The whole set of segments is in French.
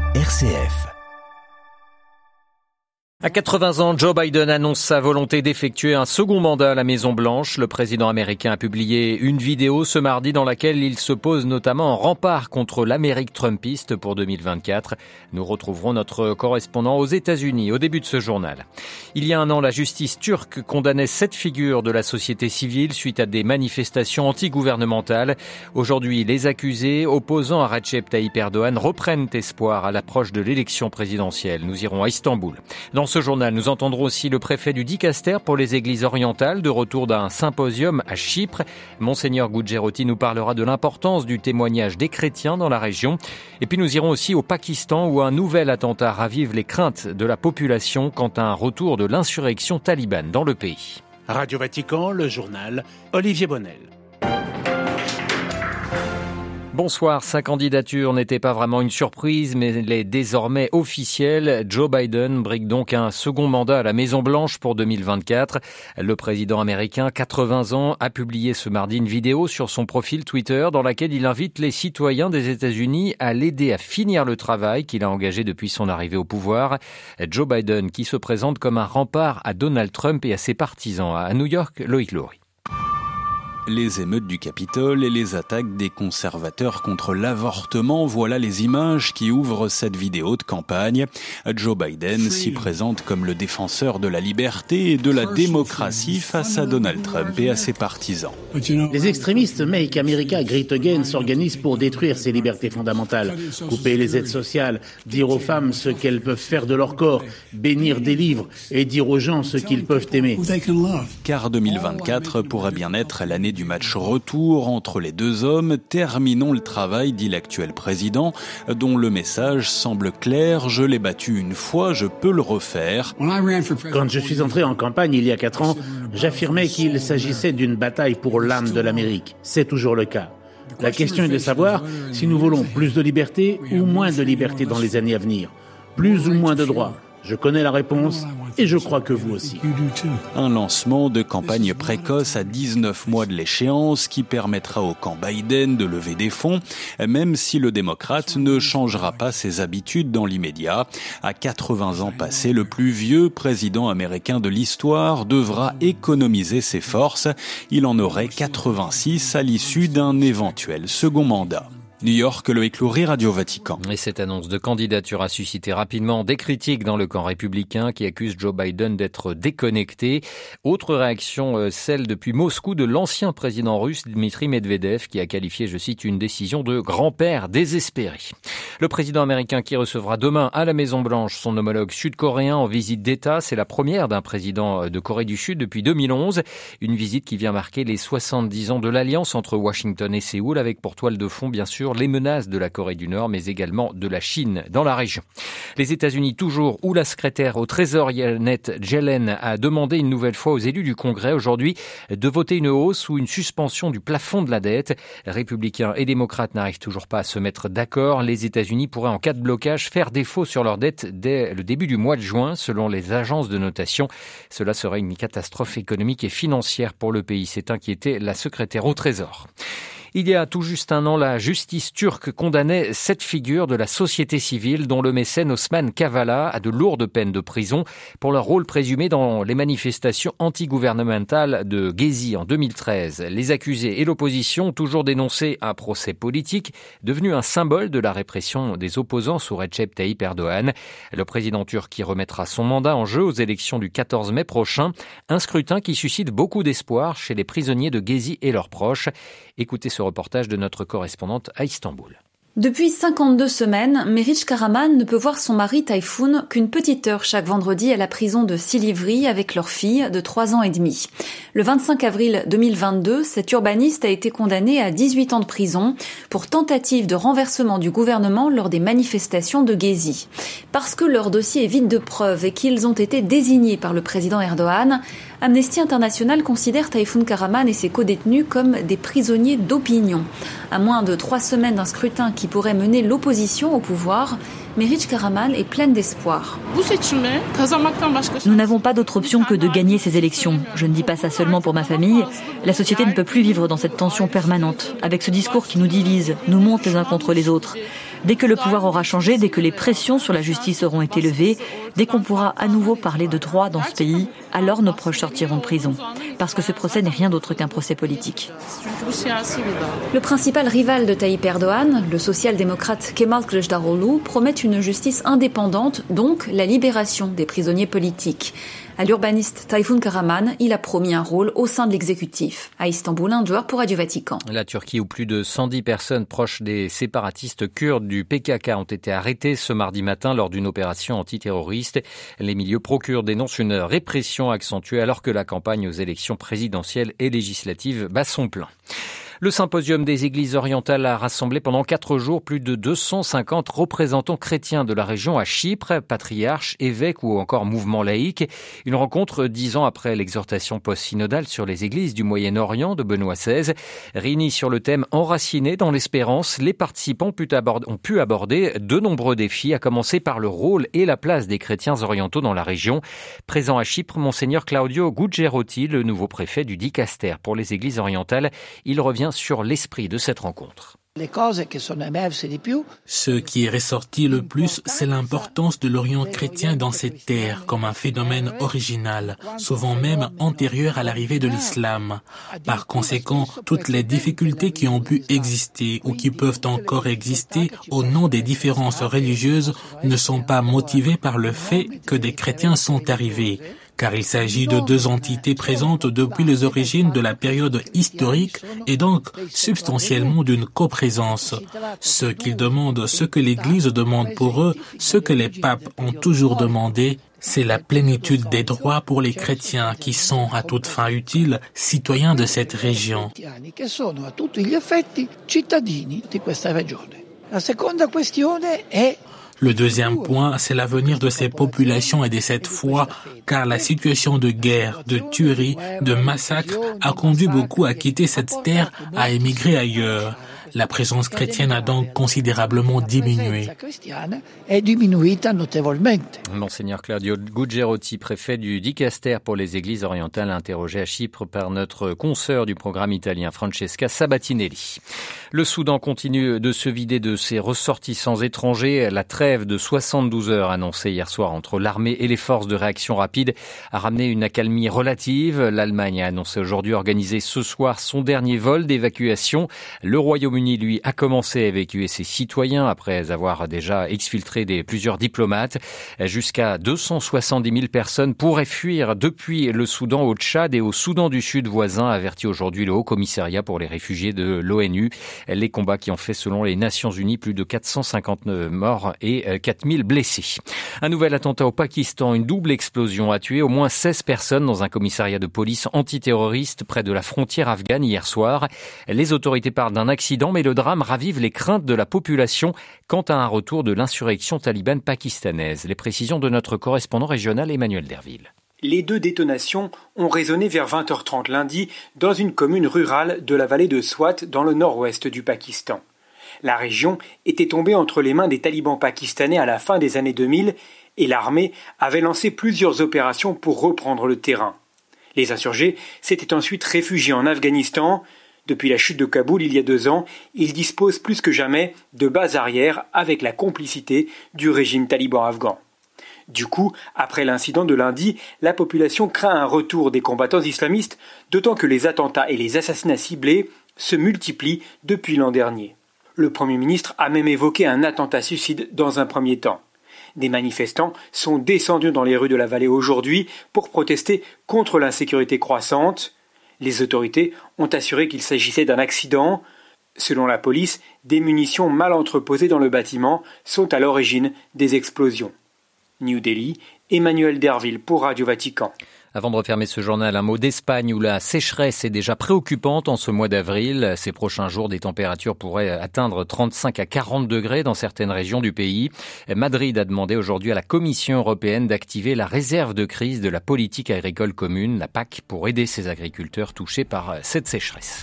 RCF. À 80 ans, Joe Biden annonce sa volonté d'effectuer un second mandat à la Maison-Blanche. Le président américain a publié une vidéo ce mardi dans laquelle il se pose notamment en rempart contre l'Amérique trumpiste pour 2024. Nous retrouverons notre correspondant aux États-Unis au début de ce journal. Il y a un an, la justice turque condamnait 7 figures de la société civile suite à des manifestations anti-gouvernementales. Aujourd'hui, les accusés opposant à Recep Tayyip Erdogan reprennent espoir à l'approche de l'élection présidentielle. Nous irons à Istanbul. Dans ce journal, nous entendrons aussi le préfet du Dicaster pour les églises orientales, de retour d'un symposium à Chypre. Monseigneur Gugerotti nous parlera de l'importance du témoignage des chrétiens dans la région. Et puis nous irons aussi au Pakistan où un nouvel attentat ravive les craintes de la population quant à un retour de l'insurrection talibane dans le pays. Radio Vatican, le journal, Olivier Bonnel. Bonsoir, sa candidature n'était pas vraiment une surprise, mais elle est désormais officielle. Joe Biden brigue donc un second mandat à la Maison-Blanche pour 2024. Le président américain, 80 ans, a publié ce mardi une vidéo sur son profil Twitter dans laquelle il invite les citoyens des États-Unis à l'aider à finir le travail qu'il a engagé depuis son arrivée au pouvoir. Joe Biden qui se présente comme un rempart à Donald Trump et à ses partisans. À New York, Loïc Loury. Les émeutes du Capitole et les attaques des conservateurs contre l'avortement, voilà les images qui ouvrent cette vidéo de campagne. Joe Biden s'y présente comme le défenseur de la liberté et de la démocratie face à Donald Trump et à ses partisans. Les extrémistes Make America Great Again s'organisent pour détruire ces libertés fondamentales, couper les aides sociales, dire aux femmes ce qu'elles peuvent faire de leur corps, bénir des livres et dire aux gens ce qu'ils peuvent aimer. Car 2024 pourrait bien être l'année du match retour entre les deux hommes. Terminons le travail, dit l'actuel président, dont le message semble clair. Je l'ai battu une fois, je peux le refaire. Quand je suis entré en campagne il y a 4 ans, j'affirmais qu'il s'agissait d'une bataille pour l'âme de l'Amérique. C'est toujours le cas. La question est de savoir si nous voulons plus de liberté ou moins de liberté dans les années à venir. Plus ou moins de droits. Je connais la réponse et je crois que vous aussi. Un lancement de campagne précoce à 19 mois de l'échéance qui permettra au camp Biden de lever des fonds, même si le démocrate ne changera pas ses habitudes dans l'immédiat. À 80 ans passés, le plus vieux président américain de l'histoire devra économiser ses forces. Il en aurait 86 à l'issue d'un éventuel second mandat. New York, Loïc Loury, Radio Vatican. Et cette annonce de candidature a suscité rapidement des critiques dans le camp républicain qui accuse Joe Biden d'être déconnecté. Autre réaction, celle depuis Moscou de l'ancien président russe Dmitri Medvedev qui a qualifié, je cite, une décision de grand-père désespéré. Le président américain qui recevra demain à la Maison-Blanche son homologue sud-coréen en visite d'État, c'est la première d'un président de Corée du Sud depuis 2011. Une visite qui vient marquer les 70 ans de l'alliance entre Washington et Séoul avec pour toile de fond, bien sûr, les menaces de la Corée du Nord, mais également de la Chine dans la région. Les États-Unis toujours, où la secrétaire au Trésor Janet Yellen a demandé une nouvelle fois aux élus du Congrès aujourd'hui de voter une hausse ou une suspension du plafond de la dette. Républicains et démocrates n'arrivent toujours pas à se mettre d'accord. Les États-Unis pourraient en cas de blocage faire défaut sur leur dette dès le début du mois de juin, selon les agences de notation. Cela serait une catastrophe économique et financière pour le pays, s'est inquiétée la secrétaire au Trésor. Il y a tout juste un an, la justice turque condamnait 7 figures de la société civile dont le mécène Osman Kavala à de lourdes peines de prison pour leur rôle présumé dans les manifestations antigouvernementales de Gezi en 2013. Les accusés et l'opposition ont toujours dénoncé un procès politique devenu un symbole de la répression des opposants sous Recep Tayyip Erdogan. Le président turc qui remettra son mandat en jeu aux élections du 14 mai prochain. Un scrutin qui suscite beaucoup d'espoir chez les prisonniers de Gezi et leurs proches. Écoutez ce reportage de notre correspondante à Istanbul. Depuis 52 semaines, Meriç Karaman ne peut voir son mari Tayfun qu'une petite heure chaque vendredi à la prison de Silivri avec leur fille de 3 ans et demi. Le 25 avril 2022, cet urbaniste a été condamné à 18 ans de prison pour tentative de renversement du gouvernement lors des manifestations de Gezi. Parce que leur dossier est vide de preuves et qu'ils ont été désignés par le président Erdogan, Amnesty International considère Tayfun Karaman et ses codétenus comme des prisonniers d'opinion. À moins de 3 semaines d'un scrutin qui pourrait mener l'opposition au pouvoir, Meriç Karaman est pleine d'espoir. Nous n'avons pas d'autre option que de gagner ces élections. Je ne dis pas ça seulement pour ma famille. La société ne peut plus vivre dans cette tension permanente, avec ce discours qui nous divise, nous monte les uns contre les autres. Dès que le pouvoir aura changé, dès que les pressions sur la justice auront été levées, dès qu'on pourra à nouveau parler de droit dans ce pays, alors nos proches sortiront de prison. Parce que ce procès n'est rien d'autre qu'un procès politique. Le principal rival de Tayyip Erdogan, le social-démocrate Kemal Kılıçdaroğlu, promet une justice indépendante, donc la libération des prisonniers politiques. À l'urbaniste Tayfun Karaman, il a promis un rôle au sein de l'exécutif. À Istanbul, un joueur pour Radio Vatican. La Turquie, où plus de 110 personnes proches des séparatistes kurdes du PKK ont été arrêtées ce mardi matin lors d'une opération antiterroriste. Les milieux pro-kurdes dénoncent une répression accentuée alors que la campagne aux élections présidentielles et législatives bat son plein. Le symposium des églises orientales a rassemblé pendant 4 jours plus de 250 représentants chrétiens de la région à Chypre, patriarches, évêques ou encore mouvements laïques. Une rencontre 10 ans après l'exhortation post-synodale sur les églises du Moyen-Orient de Benoît XVI. Réunis sur le thème enraciné dans l'espérance, les participants ont pu aborder de nombreux défis, à commencer par le rôle et la place des chrétiens orientaux dans la région. Présent à Chypre, Monseigneur Claudio Gugerotti, le nouveau préfet du dicaster pour les églises orientales, il revient sur l'esprit de cette rencontre. Ce qui est ressorti le plus, c'est l'importance de l'Orient chrétien dans cette terre comme un phénomène original, souvent même antérieur à l'arrivée de l'islam. Par conséquent, toutes les difficultés qui ont pu exister ou qui peuvent encore exister au nom des différences religieuses ne sont pas motivées par le fait que des chrétiens sont arrivés. Car il s'agit de 2 entités présentes depuis les origines de la période historique et donc substantiellement d'une coprésence. Ce qu'ils demandent, ce que l'Église demande pour eux, ce que les papes ont toujours demandé, c'est la plénitude des droits pour les chrétiens qui sont, à toute fin utile, citoyens de cette région. Le deuxième point, c'est l'avenir de ces populations et de cette foi, car la situation de guerre, de tuerie, de massacre a conduit beaucoup à quitter cette terre, à émigrer ailleurs. La présence chrétienne a donc considérablement diminué. Monseigneur Claudio Gugerotti, préfet du dicaster pour les églises orientales, interrogé à Chypre par notre consoeur du programme italien Francesca Sabatinelli. Le Soudan continue de se vider de ses ressortissants étrangers. La trêve de 72 heures annoncée hier soir entre l'armée et les forces de réaction rapide a ramené une accalmie relative. L'Allemagne a annoncé aujourd'hui organiser ce soir son dernier vol d'évacuation. Le Royaume-Uni, lui, a commencé à évacuer ses citoyens après avoir déjà exfiltré plusieurs diplomates. Jusqu'à 270 000 personnes pourraient fuir depuis le Soudan au Tchad et au Soudan du Sud voisin, avertit aujourd'hui le Haut Commissariat pour les réfugiés de l'ONU. Les combats qui ont fait, selon les Nations Unies, plus de 459 morts et 4000 blessés. Un nouvel attentat au Pakistan, une double explosion a tué au moins 16 personnes dans un commissariat de police antiterroriste près de la frontière afghane hier soir. Les autorités parlent d'un accident, mais le drame ravive les craintes de la population quant à un retour de l'insurrection talibane pakistanaise. Les précisions de notre correspondant régional Emmanuel Derville. Les 2 détonations ont résonné vers 20h30 lundi dans une commune rurale de la vallée de Swat dans le nord-ouest du Pakistan. La région était tombée entre les mains des talibans pakistanais à la fin des années 2000 et l'armée avait lancé plusieurs opérations pour reprendre le terrain. Les insurgés s'étaient ensuite réfugiés en Afghanistan. Depuis la chute de Kaboul il y a 2 ans, ils disposent plus que jamais de bases arrières avec la complicité du régime taliban afghan. Du coup, après l'incident de lundi, la population craint un retour des combattants islamistes, d'autant que les attentats et les assassinats ciblés se multiplient depuis l'an dernier. Le Premier ministre a même évoqué un attentat suicide dans un premier temps. Des manifestants sont descendus dans les rues de la vallée aujourd'hui pour protester contre l'insécurité croissante. Les autorités ont assuré qu'il s'agissait d'un accident. Selon la police, des munitions mal entreposées dans le bâtiment sont à l'origine des explosions. New Delhi, Emmanuel Derville pour Radio Vatican. Avant de refermer ce journal, un mot d'Espagne où la sécheresse est déjà préoccupante en ce mois d'avril. Ces prochains jours, des températures pourraient atteindre 35 à 40 degrés dans certaines régions du pays. Madrid a demandé aujourd'hui à la Commission européenne d'activer la réserve de crise de la politique agricole commune, la PAC, pour aider ces agriculteurs touchés par cette sécheresse.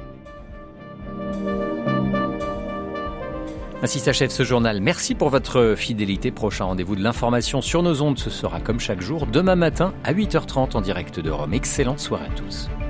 Ainsi s'achève ce journal. Merci pour votre fidélité. Prochain rendez-vous de l'information sur nos ondes, ce sera comme chaque jour, demain matin à 8h30 en direct de Rome. Excellente soirée à tous.